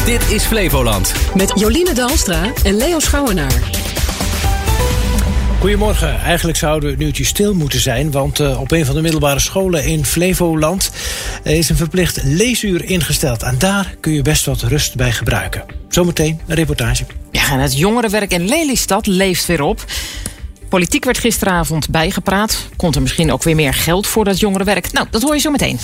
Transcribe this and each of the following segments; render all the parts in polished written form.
Dit is Flevoland. Met Joline Dalstra en Leo Schouwenaar. Goedemorgen. Eigenlijk zouden we een uurtje stil moeten zijn, want op een van de middelbare scholen in Flevoland is een verplicht leesuur ingesteld. En daar kun je best wat rust bij gebruiken. Zometeen een reportage. Ja, en het jongerenwerk in Lelystad leeft weer op. Politiek werd gisteravond bijgepraat. Komt er misschien ook weer meer geld voor dat jongerenwerk? Nou, dat hoor je zo meteen.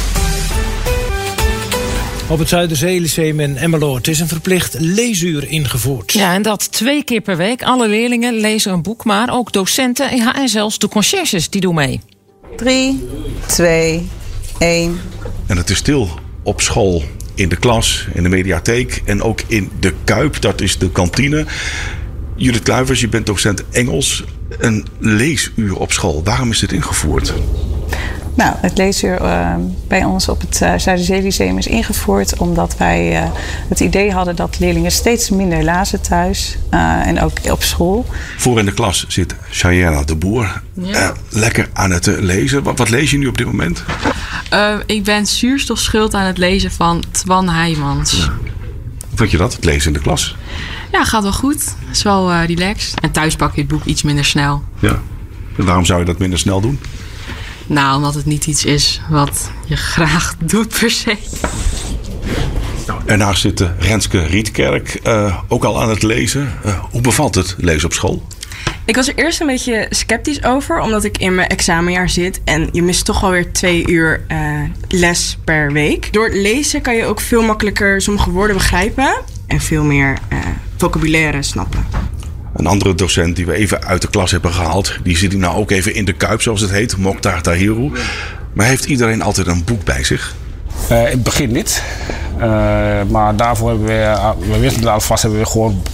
Op het Zuiderzeelyceum in Emmeloord is een verplicht leesuur ingevoerd. Ja, en dat 2 keer per week. Alle leerlingen lezen een boek, maar ook docenten en zelfs de conciërges die doen mee. 3, 2, 1. En het is stil op school, in de klas, in de mediatheek en ook in de Kuip. Dat is de kantine. Judith Kluivers, je bent docent Engels. Een leesuur op school. Waarom is dit ingevoerd? Nou, het leesuur bij ons op het Zuiderzeelyceum is ingevoerd omdat wij het idee hadden dat leerlingen steeds minder lazen thuis en ook op school. Voor in de klas zit Chayana de Boer. Ja. Lekker aan het lezen. Wat lees je nu op dit moment? Ik ben Zuurstofschuld aan het lezen van Twan Heijmans. Ja. Hoe vind je dat, het lezen in de klas? Ja, gaat wel goed. Het is wel relaxed. En thuis pak je het boek iets minder snel. Ja. En waarom zou je dat minder snel doen? Nou, omdat het niet iets is wat je graag doet per se. Ernaast zit Renske Rietkerk, ook al aan het lezen. Hoe bevalt het lezen op school? Ik was er eerst een beetje sceptisch over, omdat ik in mijn examenjaar zit. En je mist toch alweer 2 uur les per week. Door het lezen kan je ook veel makkelijker sommige woorden begrijpen. En veel meer vocabulaire snappen. Een andere docent die we even uit de klas hebben gehaald, die zit nou ook even in de Kuip, zoals het heet, Mokhtar Tahiru. Maar heeft iedereen altijd een boek bij zich? In het begin niet. Maar daarvoor hebben we wisten alvast hebben we gewoon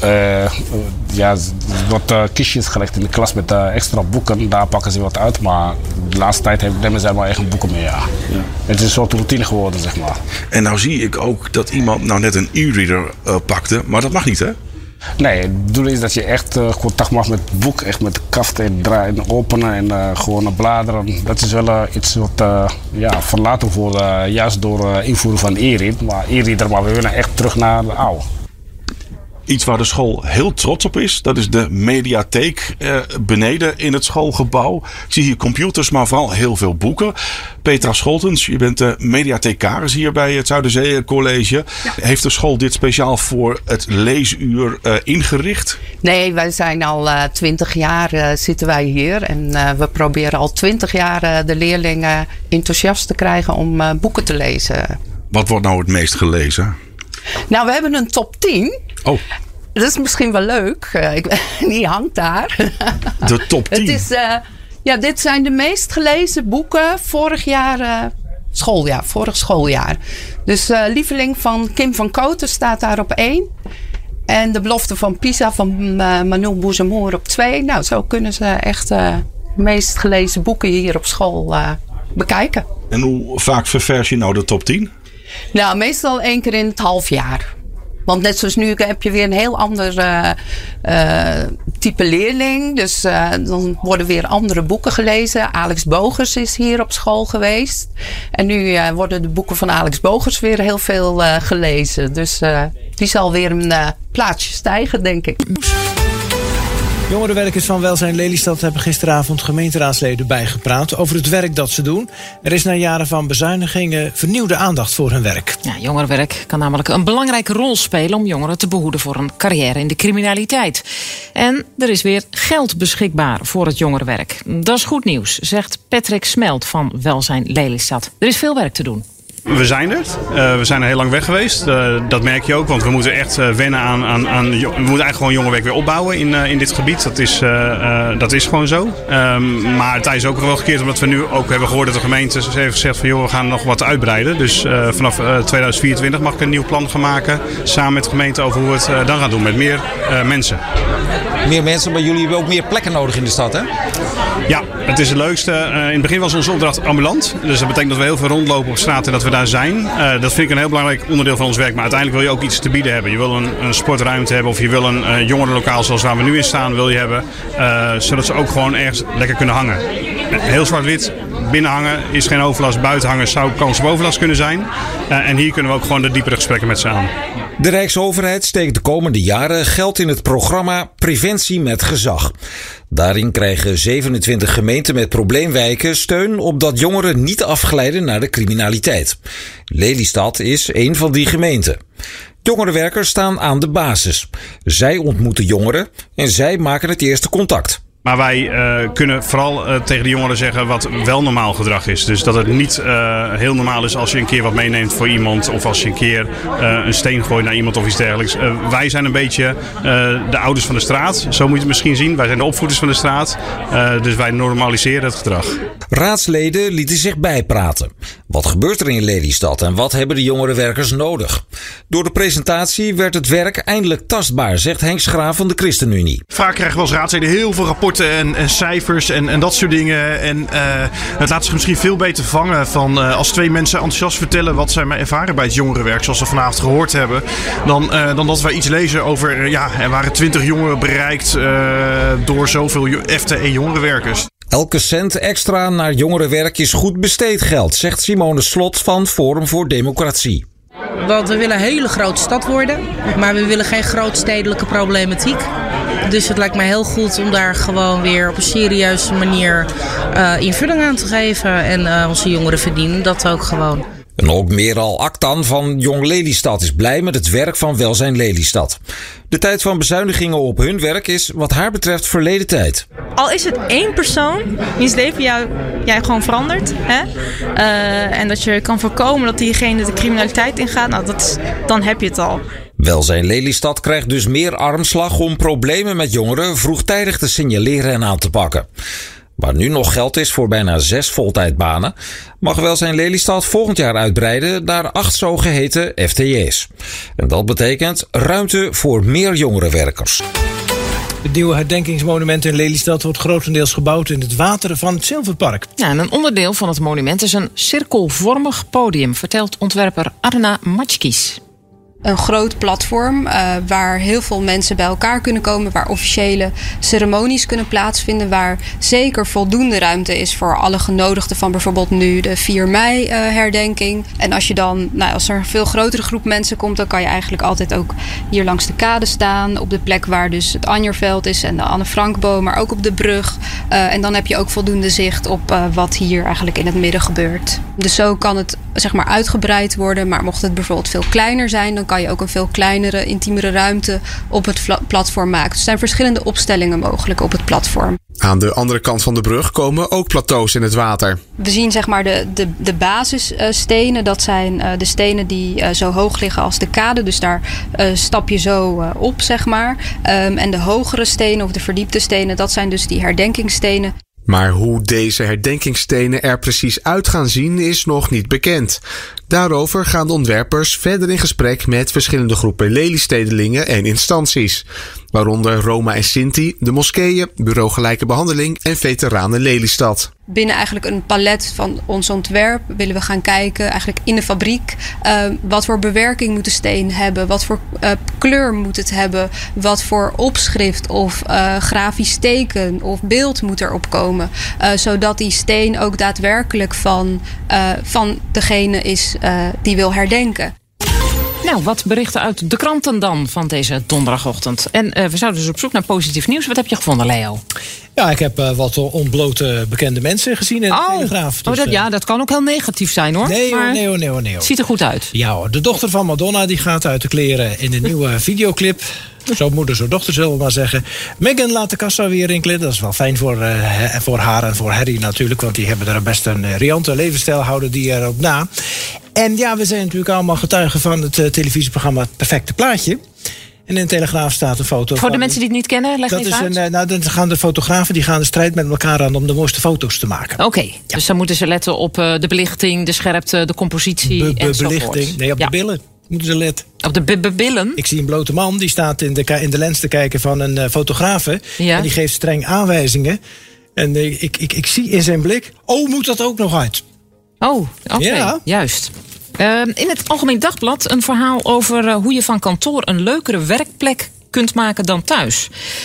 wat kistjes gelegd in de klas met extra boeken. Daar pakken ze wat uit, maar de laatste tijd nemen ze maar eigen boeken mee. Ja. Het is een soort routine geworden, zeg maar. En nou zie ik ook dat iemand nou net een e-reader pakte, maar dat mag niet, hè? Nee, het bedoeling is dat je echt contact maakt met het boek. Echt met de kaft en draaien en openen en gewoon bladeren. Dat is wel iets wat van later voor juist door invoeren van e-reader. Maar we willen echt terug naar de oude. Iets waar de school heel trots op is, dat is de mediatheek beneden in het schoolgebouw. Ik zie hier computers, maar vooral heel veel boeken. Petra Scholtens, je bent de mediathecaris hier bij het Zuiderzee College. Ja. Heeft de school dit speciaal voor het leesuur ingericht? Nee, wij zijn al 20 jaar zitten wij hier. En we proberen al 20 jaar de leerlingen enthousiast te krijgen om boeken te lezen. Wat wordt nou het meest gelezen? Nou, we hebben een top 10. Oh. Dat is misschien wel leuk. Die hangt daar. De top 10? Het is, dit zijn de meest gelezen boeken vorig schooljaar. Dus Lieveling van Kim van Kooten staat daar op 1. En De Belofte van Pisa van Manu Boezemoer op 2. Nou, zo kunnen ze echt de meest gelezen boeken hier op school bekijken. En hoe vaak ververs je nou de top 10? Nou, meestal 1 keer in het half jaar. Want net zoals nu heb je weer een heel ander type leerling. Dus dan worden weer andere boeken gelezen. Alex Bogers is hier op school geweest. En nu worden de boeken van Alex Bogers weer heel veel gelezen. Dus die zal weer een plaatsje stijgen, denk ik. Jongerenwerkers van Welzijn Lelystad hebben gisteravond gemeenteraadsleden bijgepraat over het werk dat ze doen. Er is na jaren van bezuinigingen vernieuwde aandacht voor hun werk. Ja, jongerenwerk kan namelijk een belangrijke rol spelen om jongeren te behoeden voor een carrière in de criminaliteit. En er is weer geld beschikbaar voor het jongerenwerk. Dat is goed nieuws, zegt Patrick Smelt van Welzijn Lelystad. Er is veel werk te doen. We zijn er. We zijn er heel lang weg geweest. Dat merk je ook, want we moeten echt wennen aan we moeten eigenlijk gewoon jongerenwerk weer opbouwen in dit gebied. Dat is gewoon zo. Maar het is ook wel gekeerd, omdat we nu ook hebben gehoord dat de gemeente heeft gezegd van joh, we gaan nog wat uitbreiden. Dus vanaf 2024 mag ik een nieuw plan gaan maken samen met de gemeente over hoe we het dan gaan doen met meer mensen. Meer mensen, maar jullie hebben ook meer plekken nodig in de stad, hè? Ja, het is het leukste. In het begin was onze opdracht ambulant. Dus dat betekent dat we heel veel rondlopen op straat en dat we daar zijn. Dat vind ik een heel belangrijk onderdeel van ons werk. Maar uiteindelijk wil je ook iets te bieden hebben. Je wil een sportruimte hebben of je wil een jongerenlokaal zoals waar we nu in staan wil je hebben. Zodat ze ook gewoon ergens lekker kunnen hangen. Heel zwart-wit binnen hangen is geen overlast, buiten hangen zou kans op overlast kunnen zijn. En hier kunnen we ook gewoon de diepere gesprekken met ze aan. De Rijksoverheid steekt de komende jaren geld in het programma Preventie met Gezag. Daarin krijgen 27 gemeenten met probleemwijken steun opdat jongeren niet afglijden naar de criminaliteit. Lelystad is een van die gemeenten. Jongerenwerkers staan aan de basis. Zij ontmoeten jongeren en zij maken het eerste contact. Maar wij kunnen vooral tegen de jongeren zeggen wat wel normaal gedrag is. Dus dat het niet heel normaal is als je een keer wat meeneemt voor iemand. Of als je een keer een steen gooit naar iemand of iets dergelijks. Wij zijn een beetje de ouders van de straat. Zo moet je het misschien zien. Wij zijn de opvoeders van de straat. Dus wij normaliseren het gedrag. Raadsleden lieten zich bijpraten. Wat gebeurt er in Lelystad en wat hebben de jongerenwerkers nodig? Door de presentatie werd het werk eindelijk tastbaar, zegt Henk Schraaf van de ChristenUnie. Vaak krijgen we als raadsleden heel veel rapporten en cijfers en dat soort dingen. En het laat zich misschien veel beter vangen van als twee mensen enthousiast vertellen wat zij ervaren bij het jongerenwerk, zoals we vanavond gehoord hebben. Dan dat wij iets lezen over, er waren 20 jongeren bereikt door zoveel FTE jongerenwerkers. Elke cent extra naar jongerenwerk is goed besteed geld, zegt Simone Slot van Forum voor Democratie. Want we willen een hele grote stad worden, maar we willen geen grootstedelijke problematiek. Dus het lijkt mij heel goed om daar gewoon weer op een serieuze manier invulling aan te geven. En onze jongeren verdienen dat ook gewoon. En ook Meral Aktan van Jong Lelystad is blij met het werk van Welzijn Lelystad. De tijd van bezuinigingen op hun werk is wat haar betreft verleden tijd. Al is het één persoon wiens leven jij gewoon verandert. Hè? En dat je kan voorkomen dat diegene de criminaliteit ingaat. Dan heb je het al. Welzijn Lelystad krijgt dus meer armslag om problemen met jongeren vroegtijdig te signaleren en aan te pakken. Waar nu nog geld is voor bijna 6 voltijdbanen, mag Welzijn Lelystad volgend jaar uitbreiden naar 8 zogeheten FTE's. En dat betekent ruimte voor meer jongerenwerkers. Het nieuwe herdenkingsmonument in Lelystad wordt grotendeels gebouwd in het water van het Zilverpark. Ja, en een onderdeel van het monument is een cirkelvormig podium, vertelt ontwerper Arna Matschkies. Een groot platform waar heel veel mensen bij elkaar kunnen komen, waar officiële ceremonies kunnen plaatsvinden, waar zeker voldoende ruimte is voor alle genodigden van bijvoorbeeld nu de 4 mei herdenking. En als je dan, als er een veel grotere groep mensen komt, dan kan je eigenlijk altijd ook hier langs de kade staan, op de plek waar dus het Anjerveld is en de Anne Frankboom, maar ook op de brug. En dan heb je ook voldoende zicht op wat hier eigenlijk in het midden gebeurt. Dus zo kan het uitgebreid worden, maar mocht het bijvoorbeeld veel kleiner zijn, dan kan je ook een veel kleinere, intiemere ruimte op het platform maken. Dus er zijn verschillende opstellingen mogelijk op het platform. Aan de andere kant van de brug komen ook plateaus in het water. We zien de basisstenen. Dat zijn de stenen die zo hoog liggen als de kade. Dus daar stap je zo op, en de hogere stenen of de verdiepte stenen, dat zijn dus die herdenkingsstenen. Maar hoe deze herdenkingsstenen er precies uit gaan zien is nog niet bekend. Daarover gaan de ontwerpers verder in gesprek met verschillende groepen Lelystedelingen en instanties. Waaronder Roma en Sinti, de moskeeën, Bureau Gelijke Behandeling en Veteranen Lelystad. Binnen eigenlijk een palet van ons ontwerp willen we gaan kijken, eigenlijk in de fabriek, wat voor bewerking moet de steen hebben, wat voor kleur moet het hebben, wat voor opschrift of grafisch teken of beeld moet erop komen. Zodat die steen ook daadwerkelijk van degene is die wil herdenken. Nou, wat berichten uit de kranten dan van deze donderdagochtend? En we zouden dus op zoek naar positief nieuws. Wat heb je gevonden, Leo? Ja, ik heb wat ontblote bekende mensen gezien in de Telegraaf. Dus, dat kan ook heel negatief zijn, hoor. Nee hoor. Het ziet er goed uit. Ja hoor, de dochter van Madonna die gaat uit de kleren in de nieuwe videoclip. Zo moeder, zo dochter, zullen we maar zeggen. Meghan laat de kassa weer rinkelen. Dat is wel fijn voor haar en voor Harry natuurlijk. Want die hebben er best een riante levensstijl, houden die erop na. En ja, we zijn natuurlijk allemaal getuigen van het televisieprogramma Het Perfecte Plaatje. En in de Telegraaf staat een foto Voor de mensen die het niet kennen, leg even uit. Dan gaan de fotografen de strijd met elkaar aan om de mooiste foto's te maken. Oké, dus dan moeten ze letten op de belichting, de scherpte, de compositie enzovoort. Belichting? Nee, op de billen moeten ze letten. Op de billen? Ik zie een blote man, die staat in de lens te kijken van een fotografe. Ja. En die geeft streng aanwijzingen. En ik zie in zijn blik, moet dat ook nog uit? Oh, oké, ja. Juist. In het Algemeen Dagblad een verhaal over hoe je van kantoor een leukere werkplek kunt maken dan thuis.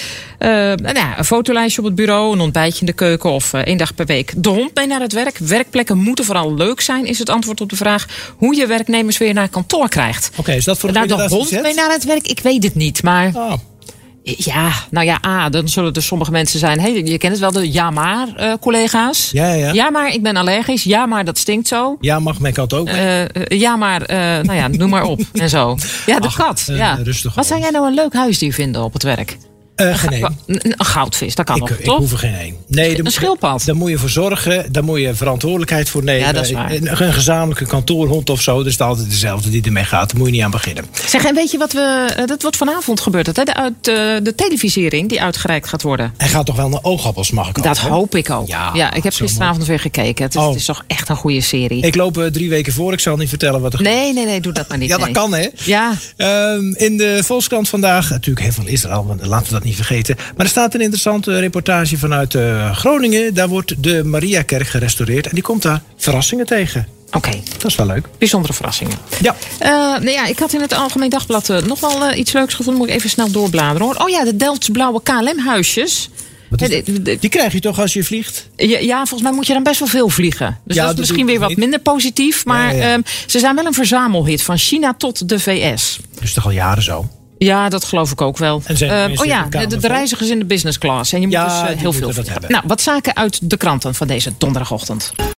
Een fotolijstje op het bureau, een ontbijtje in de keuken of 1 dag per week de hond mee naar het werk. Werkplekken moeten vooral leuk zijn, is het antwoord op de vraag hoe je werknemers weer naar kantoor krijgt. Oké, is dat voor de hond mee naar het werk? Ik weet het niet, maar... Oh. Ja, dan zullen er sommige mensen zijn. Hey, je kent het wel, de ja maar collega's. Ja. Ja, maar ik ben allergisch. Ja, maar dat stinkt zo. Ja, mag mijn kat ook mee? Ja, maar noem maar op. En zo. Ja, de kat. Rustig. Wat zou jij nou een leuk huisdier vinden op het werk? Geen één. Een goudvis, dat kan nog, toch? Ik hoef er geen één. Nee, een schildpad. Daar moet je voor zorgen. Daar moet je verantwoordelijkheid voor nemen. Ja, dat is waar. Een gezamenlijke kantoorhond of zo. Dat is altijd dezelfde die ermee gaat. Daar moet je niet aan beginnen. Zeg, en weet je wat dat wordt vanavond gebeurd? De televisiering die uitgereikt gaat worden. Hij gaat toch wel naar oogappels, mag ik Dat hoop ik ook. Ja, ik heb gisteravond weer gekeken. Het is toch echt een goede serie. Ik loop 3 weken voor. Ik zal niet vertellen wat er Nee, doe dat maar niet. Ja, dat kan, hè? Ja. In de Volkskrant vandaag, natuurlijk heel veel Israël, want laten we dat niet vergeten. Maar er staat een interessante reportage vanuit Groningen. Daar wordt de Mariakerk gerestaureerd. En die komt daar verrassingen tegen. Oké. Dat is wel leuk. Bijzondere verrassingen. Ja. Ik had in het Algemeen Dagblad nog wel iets leuks gevonden. Moet ik even snel doorbladeren, hoor. Oh ja, de Delfts-blauwe KLM-huisjes. Die krijg je toch als je vliegt? Ja, volgens mij moet je dan best wel veel vliegen. Dus dat is misschien weer wat minder positief. Maar ze zijn wel een verzamelhit. Van China tot de VS. Dat is toch al jaren zo? Ja, dat geloof ik ook wel. En de reizigers in de business class. En je moet dus heel veel hebben. Nou, wat zaken uit de kranten van deze donderdagochtend.